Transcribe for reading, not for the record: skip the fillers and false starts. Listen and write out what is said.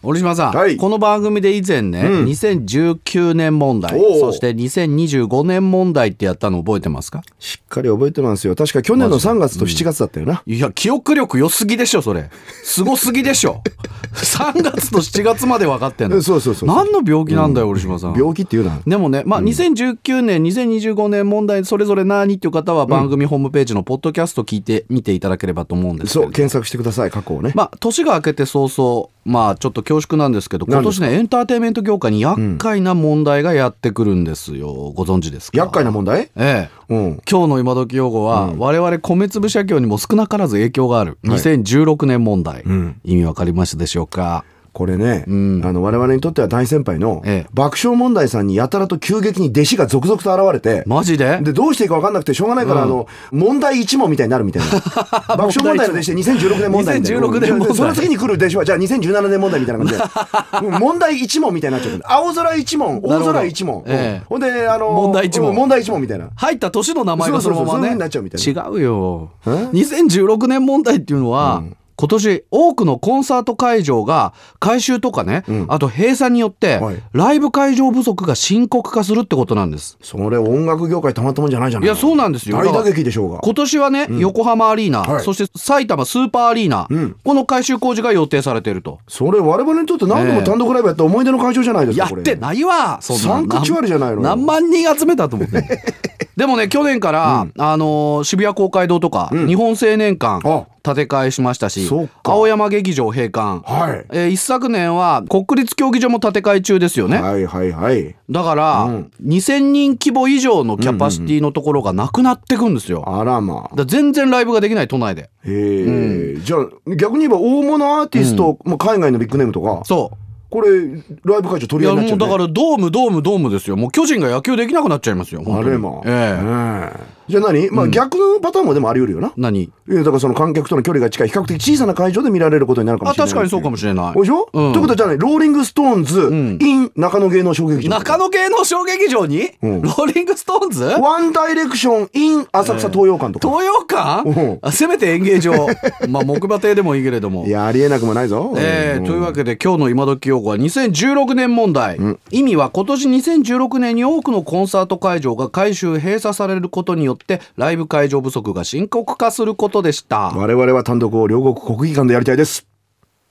折島さん、 はい、 この番組で以前ね、2019年問題、そして2025年問題ってやったの覚えてますか？ しっかり覚えてますよ。確か去年の3月と7月だったよな。 いや、記憶力良すぎでしょ、それ。すごすぎでしょ。3月と7月まで分かってんの。 そうそうそう。 何の病気なんだよ、折島さん。 病気っていうな。 でもね、2019年、2025年問題、それぞれ何っていう方は番組ホームページのポッドキャスト聞いてみていただければと思うんですけど。 そう、検索してください、過去をね。 年が明けて早々、ちょっと恐縮なんですけど、今年ね、エンターテインメント業界に厄介な問題がやってくるんですよ。ご存知ですか？ 厄介な問題？ 今日の今時用語は、我々米粒社協にも少なからず影響がある、2016年問題、意味わかりましたでしょうか？ これね、我々にとっては大先輩の爆笑問題さんにやたらと急激に弟子が続々と現れて、 マジでどうしていいか分かんなくてしょうがないから、問題一問みたいになるみたいな。爆笑問題の弟子で2016年問題みたいな。 2016年問題。 その次に来る弟子はじゃあ2017年問題みたいな感じで問題一問みたいになっちゃう。青空一問、大空一問、ほんで問題一問、 問題一問みたいな。 入った年の名前がそのままね。 そうなっちゃうみたいな。 違うよ。2016年問題っていうのは、今年多くのコンサート会場が改修とかね、あと閉鎖によってライブ会場不足が深刻化するってことなんです。 それ音楽業界たまったもんじゃないじゃない。 いや、そうなんですよ。 大打撃でしょうが。 今年はね、横浜アリーナ、そして埼玉スーパーアリーナ、この改修工事が予定されていると。 それ我々にとって何度も単独ライブやった思い出の会場じゃないですか。 やってないわ。 そんなサンクチュアリじゃないの。 何万人集めたと思ってでもね、去年から、渋谷公会堂とか、日本青年館建て替えしましたし、青山劇場閉館、一昨年は国立競技場も建て替え中ですよね。だから、2000人規模以上のキャパシティのところがなくなってくんですよ。 あらまあ。 だ全然ライブができない、都内で。 じゃあ逆に言えば大物アーティスト、海外のビッグネームとか、これライブ会場取り合いになっちゃうね。 だからドームですよ。もう巨人が野球できなくなっちゃいますよ。 あれまあ。じゃあ何？逆のパターンもでもあり得るよな。 何？ だからその観客との距離が近い比較的小さな会場で見られることになるかもしれない。 確かにそうかもしれない。 でしょ？ということはじゃあね、ローリングストーンズ in 中野芸能小劇場。 中野芸能小劇場にローリングストーンズ？ ワンダイレクション in 浅草東洋館とか。 東洋館？せめて演芸場。木馬亭でもいいけれども。 いや、ありえなくもないぞ。 というわけで今日の今時用語は2016年問題。意味は今年2016年に多くのコンサート会場が改修閉鎖されることによってライブ会場不足が深刻化することでした。 我々は単独を両国国技館でやりたいです。